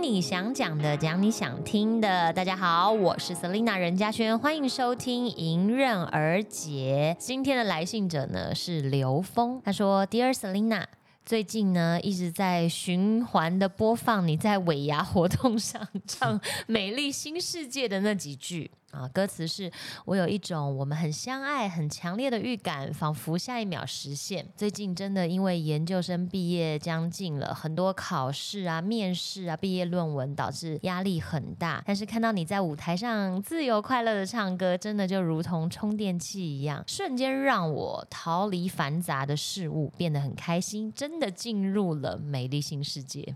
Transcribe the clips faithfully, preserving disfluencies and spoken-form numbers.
你想讲的，讲你想听的。大家好，我是 Selina 任嘉萱，欢迎收听迎刃而解。今天的来信者呢是刘峰，他说 Dear Selina，最近呢一直在循环的播放你在尾牙活动上唱《美丽新世界》的那几句啊，歌词是我有一种我们很相爱很强烈的预感，仿佛下一秒实现。最近真的因为研究生毕业将近了，很多考试啊面试啊毕业论文导致压力很大，但是看到你在舞台上自由快乐的唱歌，真的就如同充电器一样，瞬间让我逃离繁杂的事物，变得很开心，真的进入了美丽新世界。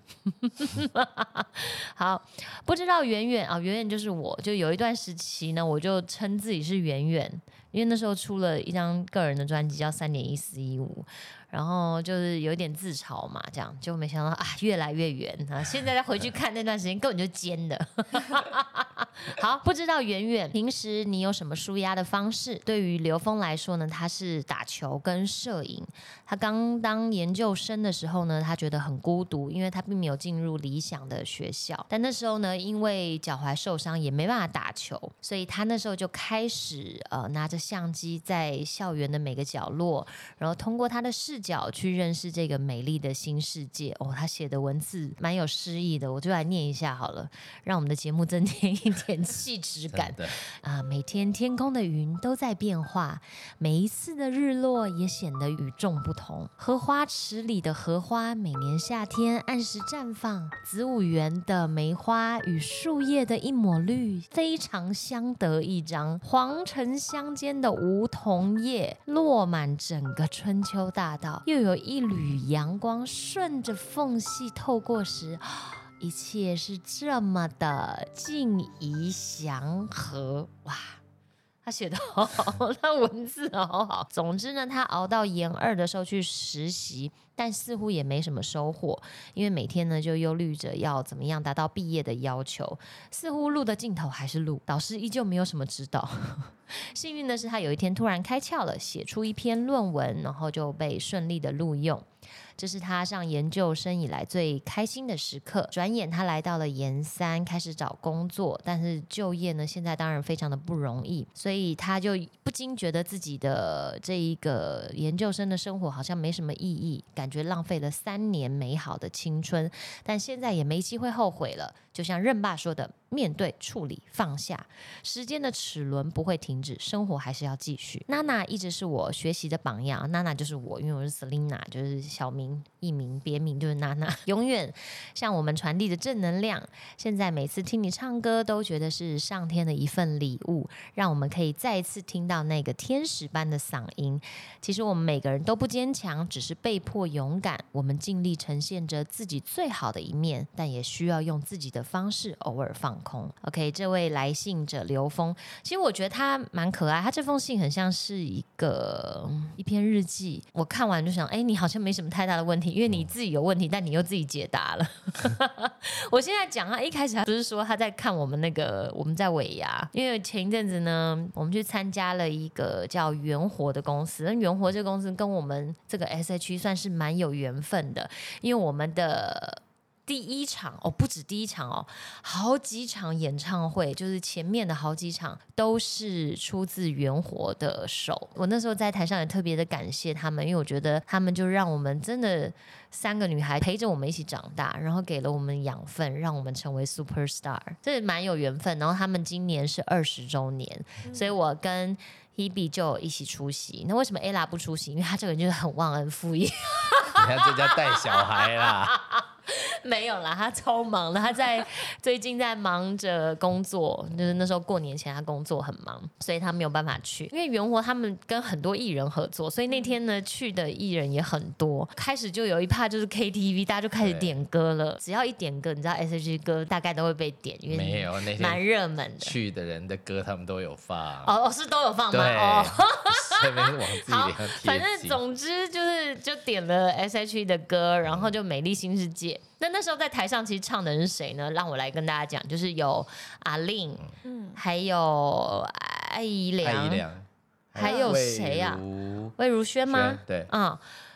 好，不知道圆圆啊，圆圆就是我，就有一段时期呢，我就称自己是圆圆，因为那时候出了一张个人的专辑叫三点一四一五，然后就是有点自嘲嘛，这样就没想到啊，越来越圆啊！现在再回去看那段时间，根本就尖的。好，不知道圆圆平时你有什么抒压的方式？对于刘峰来说呢，他是打球跟摄影。他刚当研究生的时候呢，他觉得很孤独，因为他并没有进入理想的学校。但那时候呢，因为脚踝受伤，也没办法打球，所以他那时候就开始呃拿着相机在校园的每个角落，然后通过他的视角去认识这个美丽的新世界。哦，他写的文字蛮有诗意的，我就来念一下好了，让我们的节目增添一点气质感啊！每天天空的云都在变化，每一次的日落也显得与众不同。荷花池里的荷花每年夏天按时绽放，子午园的梅花与树叶的一抹绿非常相得益彰，黄橙相间的梧桐叶落满整个春秋大道，又有一缕阳光顺着缝隙透过时，一切是这么的静怡祥和。哇，他写的好好，他文字好好。总之呢，他熬到研二的时候去实习，但似乎也没什么收获，因为每天呢就忧虑着要怎么样达到毕业的要求，似乎路的尽头还是路，导师依旧没有什么指导。幸运的是，他有一天突然开窍了，写出一篇论文，然后就被顺利的录用。这是他上研究生以来最开心的时刻。转眼他来到了研三，开始找工作，但是就业呢，现在当然非常的不容易，所以他就不禁觉得自己的这一个研究生的生活好像没什么意义，感觉浪费了三年美好的青春，但现在也没机会后悔了。就像任爸说的，面对、处理、放下，时间的齿轮不会停止，生活还是要继续。娜娜一直是我学习的榜样，娜娜就是我，因为我是 Selina， 就是小名、艺名、别名就是娜娜，永远向我们传递的正能量。现在每次听你唱歌，都觉得是上天的一份礼物，让我们可以再一次听到那个天使般的嗓音。其实我们每个人都不坚强，只是被迫勇敢。我们尽力呈现着自己最好的一面，但也需要用自己的方式偶尔放空。 OK， 这位来信者刘峰，其实我觉得他蛮可爱，他这封信很像是一个一篇日记，我看完就想，哎，你好像没什么太大的问题，因为你自己有问题，但你又自己解答了。我现在讲他一开始他不是说他在看我们那个我们在尾牙，因为前一阵子呢我们去参加了一个叫圆活的公司，圆活这个公司跟我们这个 S H E 算是蛮有缘分的，因为我们的第一场哦，不止第一场哦，好几场演唱会，就是前面的好几场都是出自圆活的手。我那时候在台上也特别的感谢他们，因为我觉得他们就让我们真的三个女孩陪着我们一起长大，然后给了我们养分，让我们成为 super star， 这蛮有缘分。然后他们今年是二十周年，嗯、所以我跟Hebe 就一起出席。那为什么 Ella 不出席？因为她这个人就是很忘恩负义。 你看这叫带小孩啦。 没有啦，他超忙的，他在最近在忙着工作，就是那时候过年前他工作很忙，所以他没有办法去。因为圆活他们跟很多艺人合作，所以那天呢去的艺人也很多。开始就有一趴就是 K T V， 大家就开始点歌了。只要一点歌，你知道 S H E 歌大概都会被点，因为没有那天蛮热门的。 去的人的歌他们都有放。 哦，是都有放吗？ 对， 哦， 这边往自己脸上贴金。 反正总之就是就点了 S H E 的歌，然后就美丽新世界。那那时候在台上其实唱的人是谁呢？让我来跟大家讲，就是有阿令，嗯，还有艾怡良， 艾怡良， 还有谁啊？魏如萱吗？ 对， 嗯，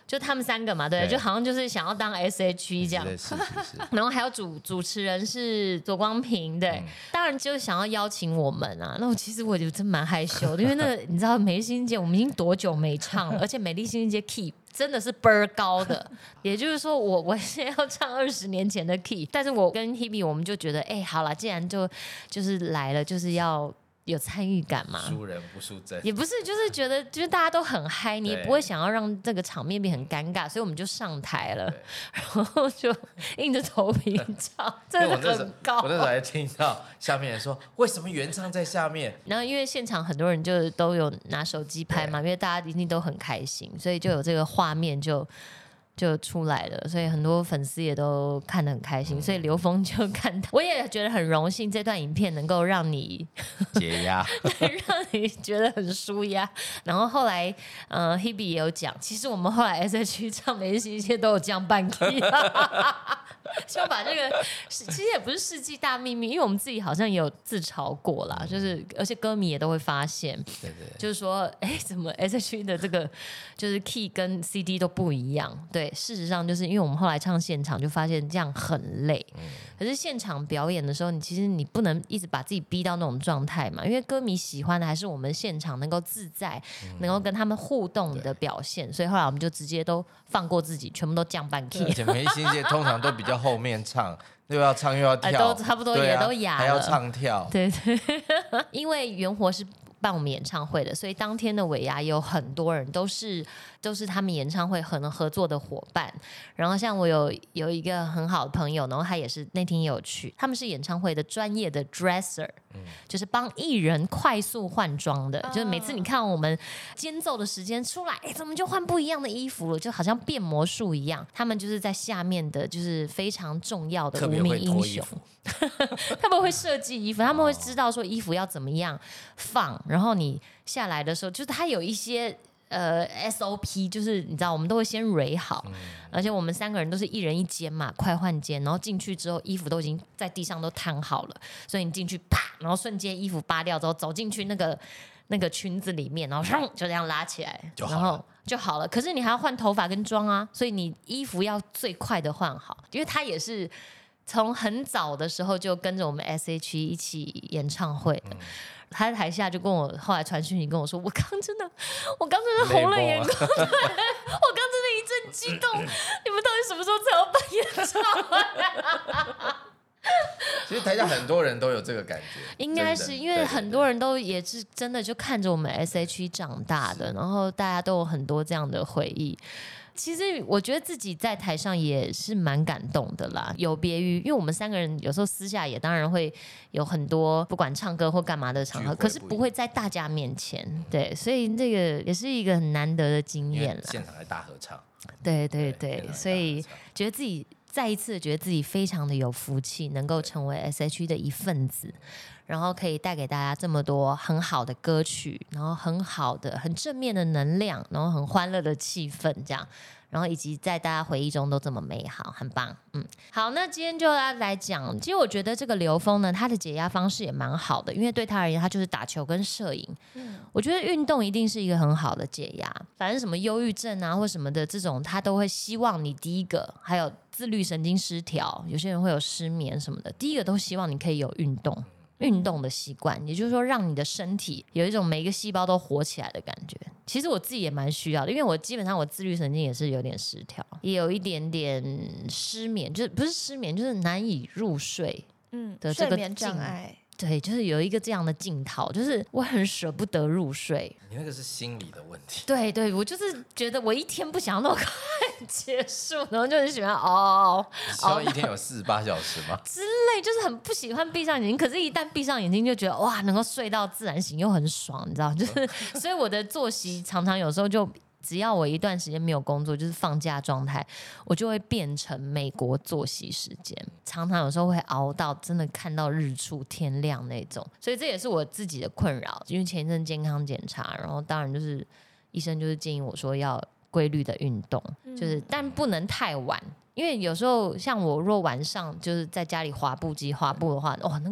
就他们三个嘛，对， 对就好像就是想要当 S H E 这样。 是是是是。 然后还有主主持人是左光平，对，嗯、当然就是想要邀请我们啊。那我其实我就真蛮害羞的，因为那个你知道，美丽新世界我们已经多久没唱了，而且美丽新世界 key 真的是倍儿高的，也就是说我我现在要唱二十年前的 key， 但是我跟 Hebe 我们就觉得，哎、欸，好了，既然就就是来了，就是要。有参与感嘛？ 输人不输阵， 也不是，就是觉得就是大家都很嗨，你也不会想要让这个场面变很尴尬，所以我们就上台了，然后就硬着头皮唱，真的很高。 我那时候还听到下面人说，为什么原唱在下面？ 然后因为现场很多人就都有拿手机拍嘛，因为大家一定都很开心，所以就有这个画面就。就出来了，所以很多粉丝也都看得很开心，所以刘峰就看到，我也觉得很荣幸，这段影片能够让你解压， 对，让你觉得很舒压。然后后来，呃 ，Hebe 也有讲，其实我们后来 S H E 唱每日新世界都有降半 key， 希望把这个，其实也不是世纪大秘密，因为我们自己好像也有自嘲过啦，就是而且歌迷也都会发现， 对对， 就是说，哎，怎么 S H E 的这个就是 key 跟 C D 都不一样，对。事实上，就是因为我们后来唱现场，就发现这样很累。嗯、可是现场表演的时候，你其实你不能一直把自己逼到那种状态嘛，因为歌迷喜欢的还是我们现场能够自在，嗯、能够跟他们互动的表现。所以后来我们就直接都放过自己，全部都降半 key。 而且美丽新世界通常都比较后面唱，又要唱又要跳， 呃、都差不多也都哑了， 还要唱跳。 对对，因为元活是。办我们演唱会的，所以当天的尾牙有很多人都是都是他们演唱会可能合作的伙伴。然后像我有有一个很好的朋友，然后他也是那天也有去，他们是演唱会的专业的 dresser，、嗯、就是帮艺人快速换装的，哦、就是每次你看我们间奏的时间出来，哎，怎么就换不一样的衣服了，就好像变魔术一样。他们就是在下面的，就是非常重要的无名英雄。他们会设计衣服，他们会知道说衣服要怎么样放，然后你下来的时候，就是他有一些呃 S O P， 就是你知道，我们都会先蕊好，嗯、而且我们三个人都是一人一间嘛，快换间，然后进去之后，衣服都已经在地上都摊好了，所以你进去啪，然后瞬间衣服扒掉之后，走进去那个那个裙子里面，然后就这样拉起来，然后就好了。可是你还要换头发跟妆啊，所以你衣服要最快的换好，因为他也是。从很早的时候就跟着我们 S H E 一起演唱会的，嗯、他在台下就跟我后来传讯息跟我说，我刚真的，我刚真的红了眼眶，对，我刚真的一阵激动，你们到底什么时候才要办演唱会？ 其实台下很多人都有这个感觉， 应该是因为很多人都也是真的就看着我们 S H E 长大的，然后大家都有很多这样的回忆。其实我觉得自己在台上也是蛮感动的啦，有别于因为我们三个人有时候私下也当然会有很多不管唱歌或干嘛的场合，可是不会在大家面前，对，所以这个也是一个很难得的经验啦。 现场还大合唱， 对对 对, 对，所以觉得自己再一次觉得自己非常的有福气，能够成为 S H E 的一份子。然后可以带给大家这么多很好的歌曲，然后很好的、很正面的能量，然后很欢乐的气氛，这样，然后以及在大家回忆中都这么美好，很棒。嗯，好，那今天就要来讲，其实我觉得这个刘峰呢，他的解压方式也蛮好的，因为对他而言，他就是打球跟摄影。嗯，我觉得运动一定是一个很好的解压，反正什么忧郁症啊或什么的这种，他都会希望你第一个，还有自律神经失调，有些人会有失眠什么的，第一个都希望你可以有运动。运动的习惯，也就是说让你的身体有一种每一个细胞都活起来的感觉。其实我自己也蛮需要的，因为我基本上我自律神经也是有点失调，也有一点点失眠，就是不是失眠，就是难以入睡的这个睡眠障碍。 对，就是有一个这样的镜头，就是我很舍不得入睡。 你那个是心理的问题。 对对，我就是觉得我一天不想那么快结束，然后就很喜欢熬熬熬。一天有四十八小时吗？ 之类，就是很不喜欢闭上眼睛。可是，一旦闭上眼睛，就觉得哇，能够睡到自然醒又很爽，你知道？就是，所以我的作息常常有时候就。只要我一段时间没有工作，就是放假状态，我就会变成美国作息时间，常常有时候会熬到真的看到日出天亮那种，所以这也是我自己的困扰。因为前一阵健康检查，然后当然就是医生就是建议我说要规律的运动，就是但不能太晚，因为有时候像我若晚上就是在家里滑步机滑步的话，哇，那个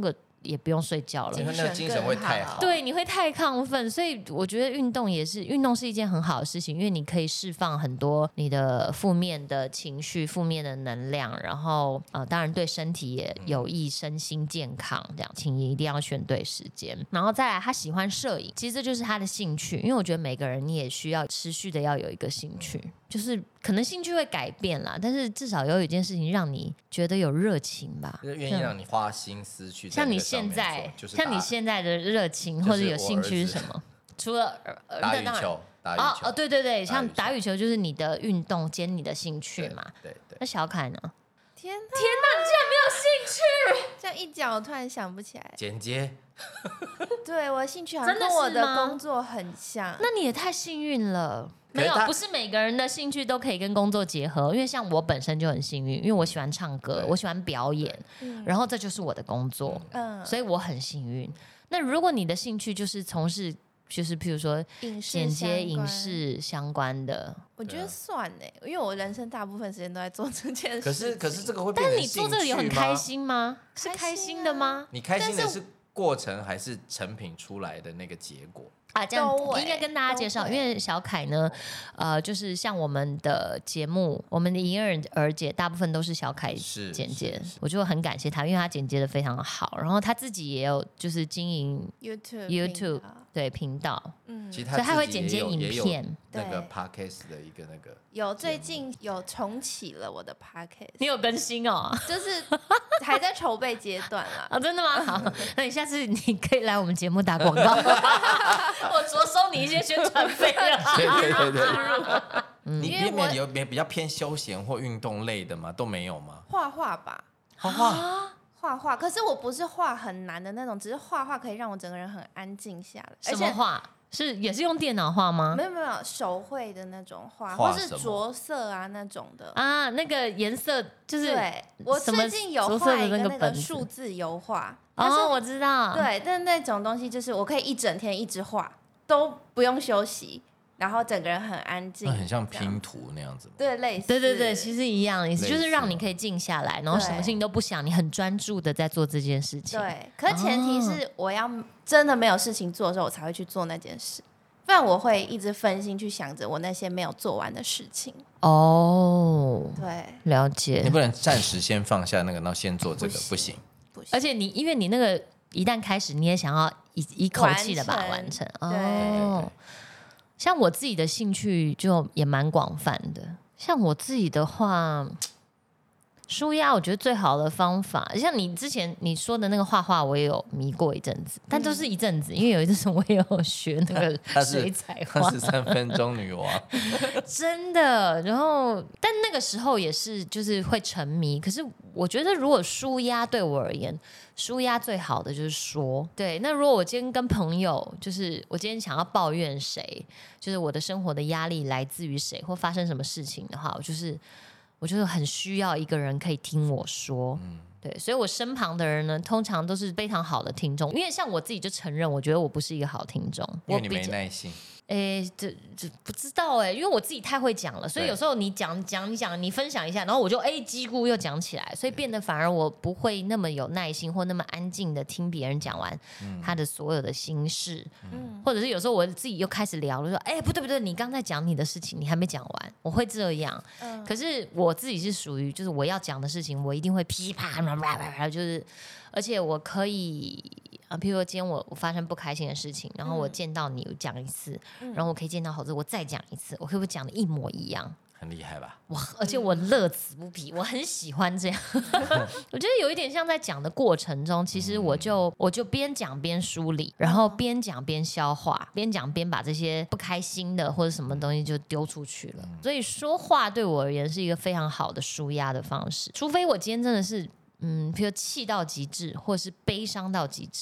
也不用睡觉了， 因为那个精神会太好， 对，你会太亢奋，所以我觉得运动也是，运动是一件很好的事情，因为你可以释放很多你的负面的情绪、负面的能量，然后呃，当然对身体也有益，身心健康这样，请一定要选对时间。然后再来，他喜欢摄影，其实这就是他的兴趣，因为我觉得每个人你也需要持续的要有一个兴趣，就是可能兴趣会改变啦，但是至少有一件事情让你觉得有热情吧， 就是愿意让你花心思去在像你那个上面做。 现在， 就是像你现在的热情或者有兴趣是什么？除了呃打羽球，打羽球哦哦，对对对，像打羽球就是你的运动兼你的兴趣嘛。 对 对, 对。 那小凯呢？ 天哪， 天哪，你竟然没有兴趣！ 这样一讲，我突然想不起来。 剪接。 对，我的兴趣好像跟我的工作很像。 那你也太幸运了。没有，不是每个人的兴趣都可以跟工作结合。因为像我本身就很幸运，因为我喜欢唱歌，我喜欢表演，嗯、然后这就是我的工作，嗯，所以我很幸运。那如果你的兴趣就是从事，就是譬如说剪接影视相关的， 我觉得算呢，因为我人生大部分时间都在做这件事。 可是，可是这个会变成兴趣吗？ 但是你做这个有很开心吗？是开心的吗？ 你开心的是过程还是成品出来的那个结果？ 啊，这样应该跟大家介绍，因为小凯呢，呃，就是像我们的节目，我们的迎刃而解，大部分都是小凯剪接，我就很感谢他，因为他剪接的非常好，然后他自己也有就是经营 YouTube YouTube 对频道， 嗯， 所以他会剪接影片， 那个 Podcast 的一个那个有最近有重启了我的 Podcast， 你有更新哦， 就是还在筹备阶段啦。 啊，真的吗？好，那你下次你可以来我们节目打广告。我着收你一些宣传费了。 对对对对。嗯、你里面有比较偏休闲或运动类的吗？都没有吗？ 画画吧， 画画， 画画。可是我不是画很难的那种，只是画画可以让我整个人很安静下来。 什么画？是也是用电脑画吗？ 没有没有，手绘的那种画，或是着色啊那种的啊，那个颜色就是。 对，我最近有画一个那个数字油画。 哦，我知道。 对，但那种东西就是我可以一整天一直画，都不用休息，然后整个人很安静， 很像拼图那样子。 对，类似。 对对对，其实一样，意思就是让你可以静下来，然后什么事情都不想，你很专注的在做这件事情。 对，可是前提是我要真的没有事情做的时候，我才会去做那件事，不然我会一直分心去想着我那些没有做完的事情。 哦， 对， 了解。 你不能暂时先放下那个，然后先做这个，不行。 而且你因为你那个一旦开始，你也想要一一口气的把它完成。哦，像我自己的兴趣就也蛮广泛的。像我自己的话，舒压我觉得最好的方法，像你之前你说的那个画画，我也有迷过一阵子，但都是一阵子，因为有一阵子我也有学那个水彩画， 十三分钟女王， 真的。然后，但那个时候也是就是会沉迷。可是我觉得，如果舒压对我而言，舒压最好的就是说，对。那如果我今天跟朋友，就是我今天想要抱怨谁，就是我的生活的压力来自于谁，或发生什么事情的话，我就是。我就是很需要一个人可以听我说，嗯、对，所以我身旁的人呢，通常都是非常好的听众。因为像我自己就承认，我觉得我不是一个好听众， 因为你没耐心。 哎，这这不知道哎，因为我自己太会讲了，所以有时候你讲讲你讲，你分享一下，然后我就哎叽咕又讲起来，所以变得反而我不会那么有耐心或那么安静的听别人讲完他的所有的心事，嗯、或者是有时候我自己又开始聊了，说哎不对不对，你刚才讲你的事情，你还没讲完，我会这样。嗯、可是我自己是属于就是我要讲的事情，我一定会噼啪啪啪啪，就是而且我可以。啊，譬如说今天我我发生不开心的事情，然后我见到你我讲一次，嗯、然后我可以见到猴子我再讲一次，我可不可以讲的一模一样？ 很厉害吧？ 哇！而且我乐此不疲，我很喜欢这样。我觉得有一点像在讲的过程中，其实我就我就边讲边梳理，然后边讲边消化，边讲边把这些不开心的或者什么东西就丢出去了。所以说话对我而言是一个非常好的抒压的方式，除非我今天真的是。嗯，比如气到极致，或是悲伤到极致，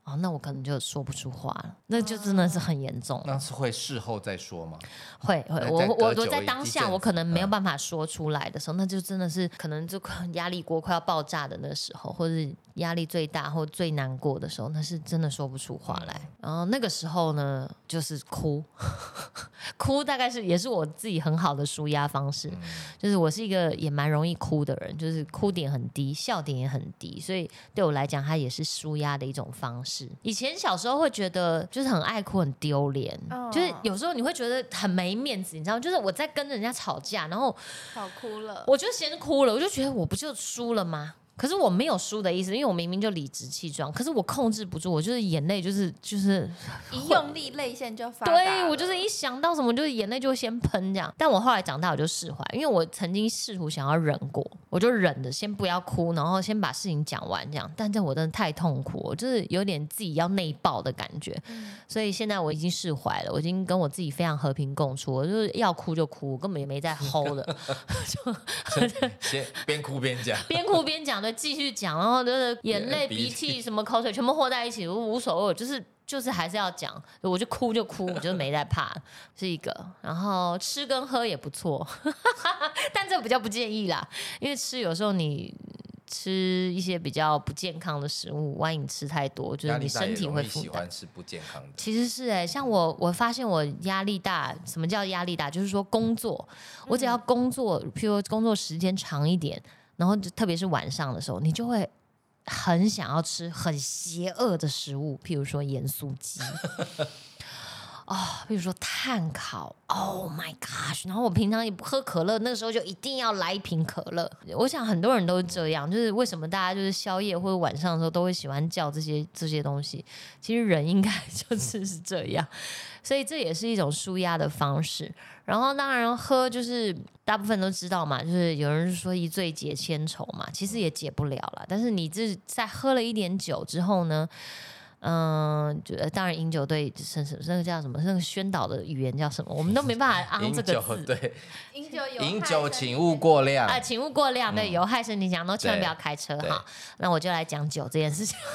哦，那我可能就说不出话了，那就真的是很严重。 那是会事后再说吗？ 会会，我我我在当下我可能没有办法法说出来的时候，嗯、那就真的是可能就压力锅快要爆炸的那个时候，或者是压力最大或最难过的时候，那是真的说不出话来。嗯、然后那个时候呢，就是哭，哭大概是也是我自己很好的抒压方式。嗯、就是我是一个也蛮容易哭的人，就是哭点很低，笑点也很低，所以对我来讲，它也是抒压的一种方式。以前小时候会觉得就是很爱哭很丢脸，哦、就是有时候你会觉得很没面子，你知道吗？就是我在跟人家吵架，然后吵哭了， 我就先哭了，我就觉得我不就输了吗？可是我没有输的意思，因为我明明就理直气壮，可是我控制不住，我就是眼泪就是就是一用力泪腺就发达。 对，我就是一想到什么就是眼泪就会先喷这样。但我后来长大我就释怀，因为我曾经试图想要忍过，我就忍着先不要哭，然后先把事情讲完这样。但这我真的太痛苦，我就是有点自己要内爆的感觉。嗯、所以现在我已经释怀了，我已经跟我自己非常和平共处，我就是要哭就哭，我根本也没在 hold 的， 就先边哭边讲， 边哭边讲。继续讲，然后就是眼泪、鼻涕、什么口水全部和在一起，我无所谓，就是就是还是要讲，我就哭就哭，我就是没在怕，是一个。然后吃跟喝也不错，但这比较不建议啦，因为吃有时候你吃一些比较不健康的食物，万一你吃太多，就是你身体会负担。 喜欢吃不健康的， 其实是哎、欸，像我，我发现我压力大，什么叫压力大？就是说工作，我只要工作，譬如工作时间长一点。然后特别是晚上的时候，你就会很想要吃很邪恶的食物，譬如说盐酥鸡，哦，譬如说炭烤 ，Oh my gosh！ 然后我平常也不喝可乐，那个时候就一定要来一瓶可乐。我想很多人都是这样，就是为什么大家就是宵夜或者晚上的时候都会喜欢叫这些这些东西？其实人应该就是是这样，所以这也是一种抒压的方式。然后当然喝就是大部分都知道嘛，就是有人说一醉解千愁嘛，其实也解不了了。但是你这在喝了一点酒之后呢，嗯，就当然饮酒对什么那个叫什么那个宣导的语言叫什么，我们都没办法昂这个字。 对， 饮酒有饮酒请勿过量啊，请勿过量，对，有害身体讲，都千万不要开车哈。那我就来讲酒这件事情。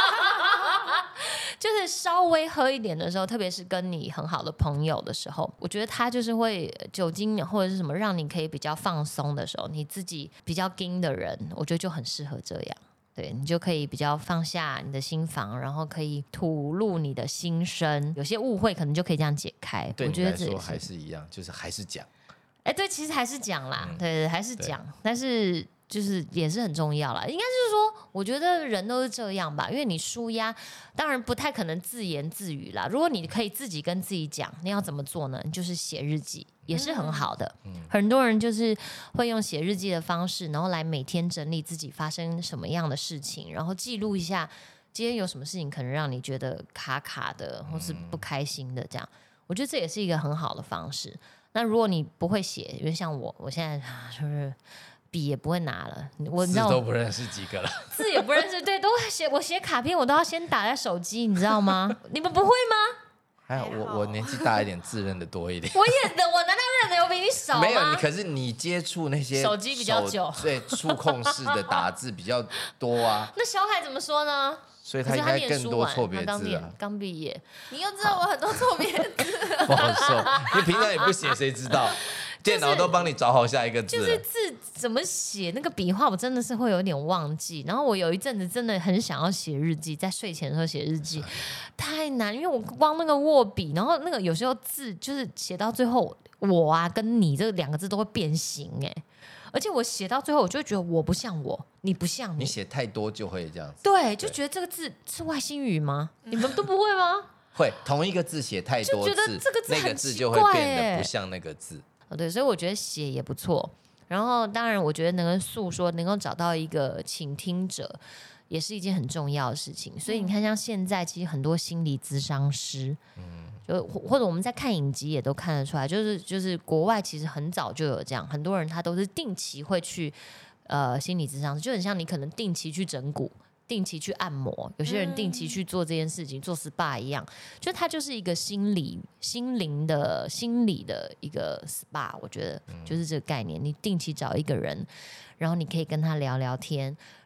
就是稍微喝一点的时候，特别是跟你很好的朋友的时候，我觉得他就是会酒精或者是什么让你可以比较放松的时候，你自己比较硬的人，我觉得就很适合这样。对，你就可以比较放下你的心房，然后可以吐露你的心声，有些误会可能就可以这样解开。 对你来说还是一样，就是还是讲。 哎，对，其实还是讲啦，嗯、对，还是讲，但是。就是也是很重要啦，应该就是说，我觉得人都是这样吧，因为你抒压，当然不太可能自言自语啦。如果你可以自己跟自己讲，你要怎么做呢？就是写日记，也是很好的。嗯、很多人就是会用写日记的方式，然后来每天整理自己发生什么样的事情，然后记录一下今天有什么事情可能让你觉得卡卡的，或是不开心的这样。我觉得这也是一个很好的方式。那如果你不会写，因为像我，我现在就是笔也不会拿了，我字都不认识几个了， 字也不认识，对，都写我写卡片，我都要先打在手机，你知道吗？你们不会吗？ 还好我我年纪大一点，字认得多一点。 我也的，我难道认得有比你少吗？ 没有，你可是你接触那些手机比较久， 对，触控式的打字比较多啊。 那小海怎么说呢？ 所以他应该更多错别字啊。 刚毕业， 你又知道我很多错别字， 不好说。你平常也不写，谁知道？电脑都帮你找好下一个字， 就是字怎么写那个笔画，我真的是会有点忘记。然后我有一阵子真的很想要写日记，在睡前的时候写日记，太难，因为我光那个握笔，然后那个有时候字就是写到最后，我啊跟你这两个字都会变形哎、欸，而且我写到最后，我就会觉得我不像我，你不像你， 你写太多就会这样子， 对，就觉得这个字是外星语吗？你们都不会吗？ 会，同一个字写太多次， 就觉得这个字很奇怪、欸、 那个字就会变得不像那个字。 对，所以我觉得写也不错。然后，当然，我觉得能够诉说，能够找到一个倾听者，也是一件很重要的事情。所以你看，像现在其实很多心理咨商师，嗯，就或者我们在看影集也都看得出来，就是就是国外其实很早就有这样，很多人他都是定期会去呃心理咨商师，就很像你可能定期去整骨。定期去按摩，有些人定期去做这件事情，嗯、做 S P A 一样，就它就是一个心理、心灵的、心理的一个 S P A， 我觉得就是这个概念。你定期找一个人，然后你可以跟他聊聊天，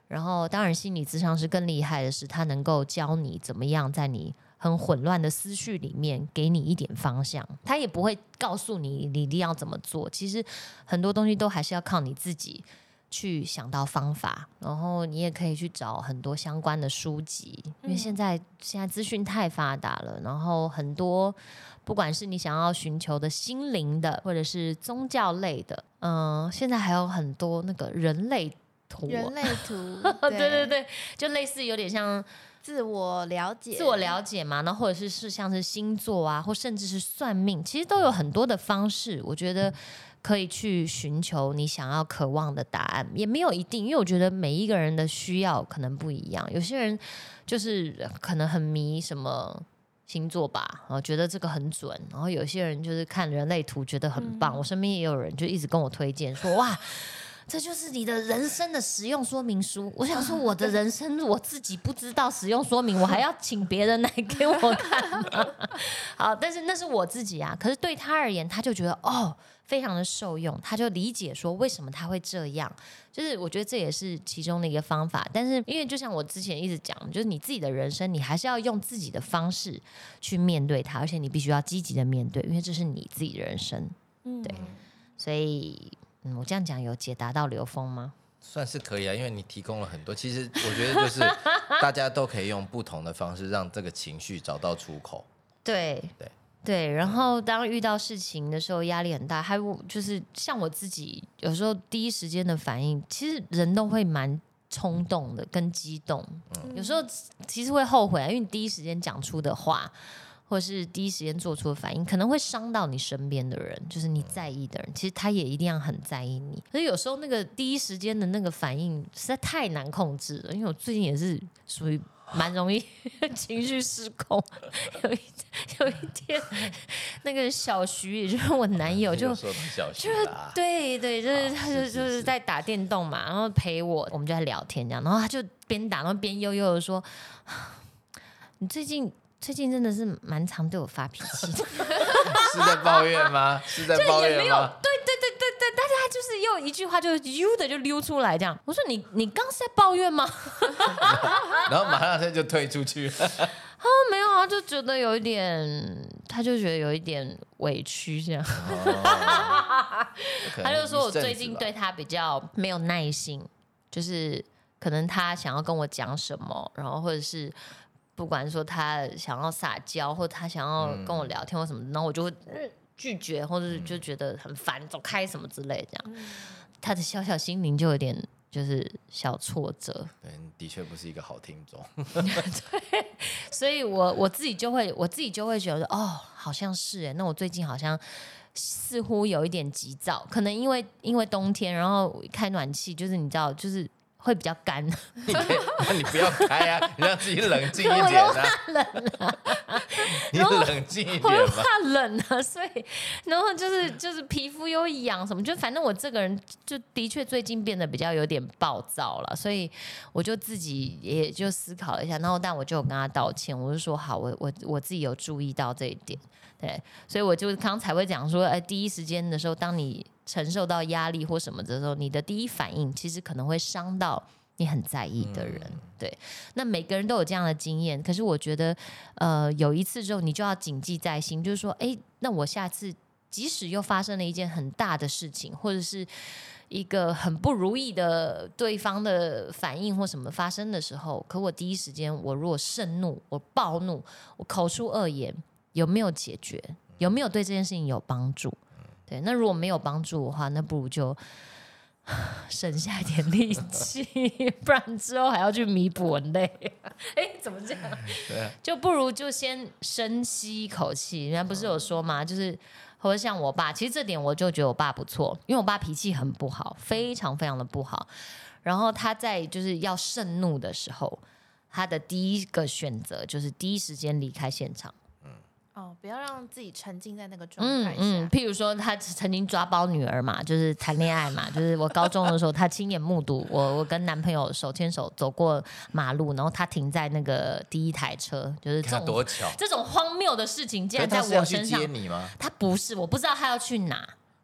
然后当然心理咨商师更厉害的是，他能够教你怎么样在你很混乱的思绪里面给你一点方向，他也不会告诉你你一定要怎么做，其实很多东西都还是要靠你自己去想到方法，然后你也可以去找很多相关的书籍，因为现在现在资讯太发达了，然后很多不管是你想要寻求的心灵的，或者是宗教类的，嗯，现在还有很多那个人类图， 人类图， 对对对，就类似有点像自我了解， 自我了解嘛，然后或者是是像是星座啊，或甚至是算命，其实都有很多的方式，我觉得可以去寻求你想要渴望的答案，也没有一定，因为我觉得每一个人的需要可能不一样，有些人就是可能很迷什么星座吧，然后觉得这个很准，然后有些人就是看人类图觉得很棒，嗯、我身边也有人就一直跟我推荐说哇。这就是你的人生的使用说明书。我想说，我的人生我自己不知道使用说明，我还要请别人来给我看吗？好，但是那是我自己啊。可是对他而言，他就觉得哦，非常的受用，他就理解说为什么他会这样。就是我觉得这也是其中的一个方法。但是因为就像我之前一直讲，就是你自己的人生，你还是要用自己的方式去面对它，而且你必须要积极的面对，因为这是你自己的人生。对，所以。嗯，我这样讲有解答到刘峰吗？ 算是可以啊，因为你提供了很多。其实我觉得就是大家都可以用不同的方式让这个情绪找到出口。 对对对，然后当遇到事情的时候压力很大，还有就是像我自己有时候第一时间的反应，其实人都会蛮冲动的跟激动，嗯、有时候其实会后悔，因为你第一时间讲出的话。或是第一时间做出的反应，可能会伤到你身边的人，就是你在意的人，其实他也一定要很在意你。可是有时候那个第一时间的那个反应实在太难控制了，因为我最近也是属于蛮容易情绪失控。有一有一天，那个小徐，也就是我男友就，就就是对对，就是他就就是在打电动嘛，然后陪我，我们就在聊天这样，然后他就边打然后边悠悠的说：“你最近。”最近真的是蛮常对我发脾气的， 是在抱怨吗？是在抱怨吗？ 也没有，对对对对对，但是他就是又一句话就悠的就溜出来这样。我说你你刚是在抱怨吗？ 然后马上他就退出去了。 哦，没有啊，就觉得有一点，他就觉得有一点委屈这样。哦、他就说我最近对他比较没有耐心，就是可能他想要跟我讲什么，然后或者是。不管说他想要撒娇，或他想要跟我聊天或什么，然后我就会拒绝，或者是就觉得很烦，走开什么之类这样。他的小小心灵就有点就是小挫折。 对，的确不是一个好听众。 对，所以我我自己就会我自己就会觉得哦，好像是哎，那我最近好像似乎有一点急躁，可能因为因为冬天，然后开暖气，就是你知道，就是。会比较干， 你那你不要开啊，你让自己冷静一点啊。 冷啊， 你冷静一点吧。 我怕冷啊，所以然后就是就是皮肤又痒什么，就反正我这个人就的确最近变得比较有点暴躁了，所以我就自己也就思考了一下，然后但我就有跟他道歉，我就说好，我我我自己有注意到这一点，对，所以我就刚才会讲说，哎，第一时间的时候，当你。承受到压力或什么的时候，你的第一反应其实可能会伤到你很在意的人。嗯、对，那每个人都有这样的经验，可是我觉得，呃，有一次之后，你就要谨记在心，就是说，哎，那我下次即使又发生了一件很大的事情，或者是一个很不如意的对方的反应或什么发生的时候，可我第一时间，我如果盛怒，我暴怒，我口出恶言，有没有解决？有没有对这件事情有帮助？对，那如果没有帮助的话，那不如就省下一点力气，不然之后还要去弥补，很累。哎，怎么这样？对，就不如就先深吸一口气。人家不是有说吗？就是或者像我爸，其实这点我就觉得我爸不错，因为我爸脾气很不好，非常非常的不好。然后他在就是要盛怒的时候，他的第一个选择就是第一时间离开现场。 哦，不要让自己沉浸在那个状态下。 嗯嗯，譬如说，他曾经抓包女儿嘛，就是谈恋爱嘛，就是我高中的时候，他亲眼目睹我我跟男朋友手牵手走过马路，然后他停在那个第一台车，就是这种多巧， 这种荒谬的事情竟然在我身上。 他是要去接你吗？ 他不是，我不知道他要去哪。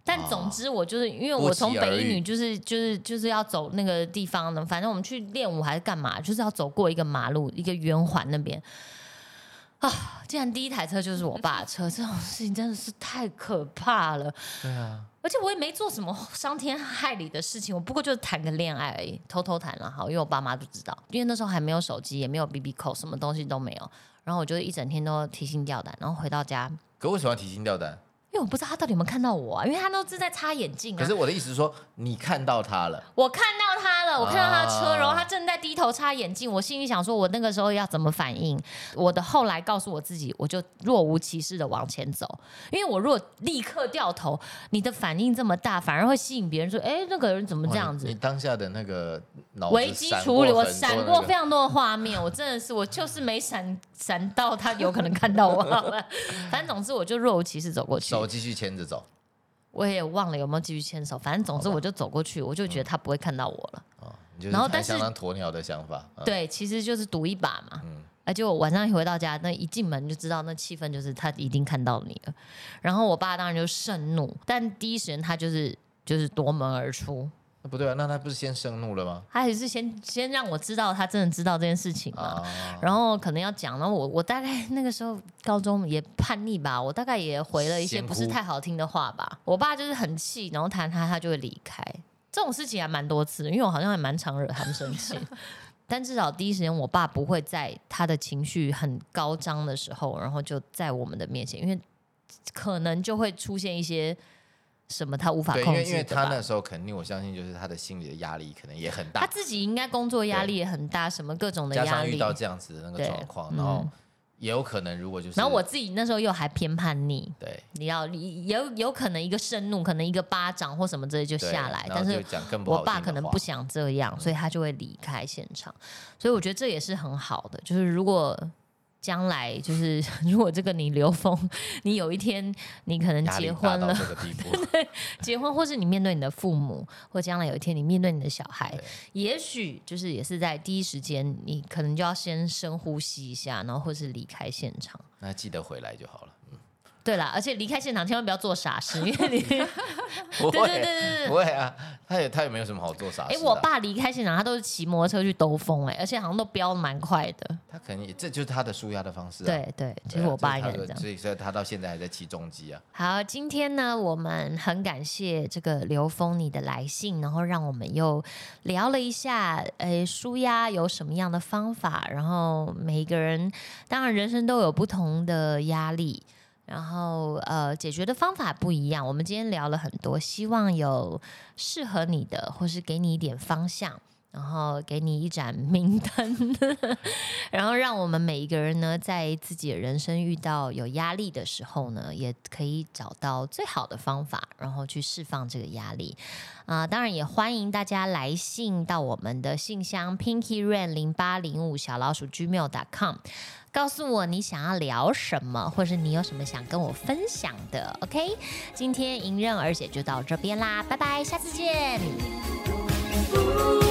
但总之，我就是因为我从北一女就是就是就是要走那个地方呢，反正我们去练舞还是干嘛，就是要走过一个马路，一个圆环那边。啊！竟然第一台车就是我爸的车，这种事情真的是太可怕了。 对啊， 而且我也没做什么伤天害理的事情，我不过就是谈个恋爱而已，偷偷谈了好，因为我爸妈都知道，因为那时候还没有手机，也没有 B B 扣，什么东西都没有。然后我就一整天都提心吊胆，然后回到家， 可为什么要提心吊胆？ 因为我不知道他到底有没有看到我啊，因为他都是在擦眼镜啊。 可是我的意思是说，你看到他了， 我看到他了，我看到他的车， 啊、 然后他正在低头擦眼镜。我心里想说，我那个时候要怎么反应？我的后来告诉我自己，我就若无其事的往前走，因为我如果立刻掉头，你的反应这么大，反而会吸引别人说，哎，那个人怎么这样子？ 你, 你当下的那个脑危机处理，我闪过非常常多的画面，我真的是，我就是没闪闪到他有可能看到我。反正总之，我就若无其事走过去， 手继续牵着走。 我也忘了有没有继续牵手，反正总之我就走过去，我就觉得他不会看到我了。 哦，你就是谈相当鸵鸟的想法。 嗯、对，其实就是赌一把嘛。嗯，而且我晚上一回到家，那一进门就知道那气氛就是他一定看到你了。然后我爸当然就盛怒，但第一时间他就是就是夺门而出。 不对啊，那他不是先盛怒了吗？ 他也是先先让我知道他真的知道这件事情嘛， 啊、 然后可能要讲，然后我我大概那个时候高中也叛逆吧，我大概也回了一些不是太好听的话吧。我爸就是很气，然后谈他他就会离开。这种事情还蛮多次的，因为我好像还蛮常惹他们生气。但至少第一时间，我爸不会在他的情绪很高涨的时候，然后就在我们的面前，因为可能就会出现一些。什么他无法控制的吧？ 对，因为因为他那时候肯定，我相信就是他的心理的压力可能也很大， 他自己应该工作压力也很大，什么各种的压力， 加上遇到这样子的那个状况，然后也有可能如果就是， 然后我自己那时候又还偏叛逆， 对， 你要有有可能一个盛怒，可能一个巴掌或什么之类就下来，但是我爸可能不想这样，所以他就会离开现场，所以我觉得这也是很好的，就是如果。将来就是，如果这个你刘峰，你有一天你可能结婚了，对，结婚，或是你面对你的父母，或将来有一天你面对你的小孩，也许就是也是在第一时间，你可能就要先深呼吸一下，然后或是离开现场。 那记得回来就好了。嗯， 对啦，而且离开现场千万不要做傻事，因为你不会， 对对对对对， 不会啊，他也他也没有什么好做傻事、啊。 哎，我爸离开现场，他都是骑摩托车去兜风，哎，而且好像都飙蛮快的。 他可能也这就是他的抒压的方式、啊。 对对，其实我爸应该是这样， 所以所以他到现在还在骑重机啊。 好，今天呢，我们很感谢这个刘峰你的来信，然后让我们又聊了一下，呃，抒压有什么样的方法，然后每一个人当然人生都有不同的压力。然后呃，解决的方法不一样。我们今天聊了很多，希望有适合你的，或是给你一点方向，然后给你一盏明灯，然后让我们每一个人呢，在自己的人生遇到有压力的时候呢，也可以找到最好的方法，然后去释放这个压力。啊、呃，当然也欢迎大家来信到我们的信箱 pinky rain 零八零五小老鼠 gmail dot com。告诉我你想要聊什么，或是你有什么想跟我分享的 ，OK？ 今天迎刃而解就到这边啦，拜拜，下次见。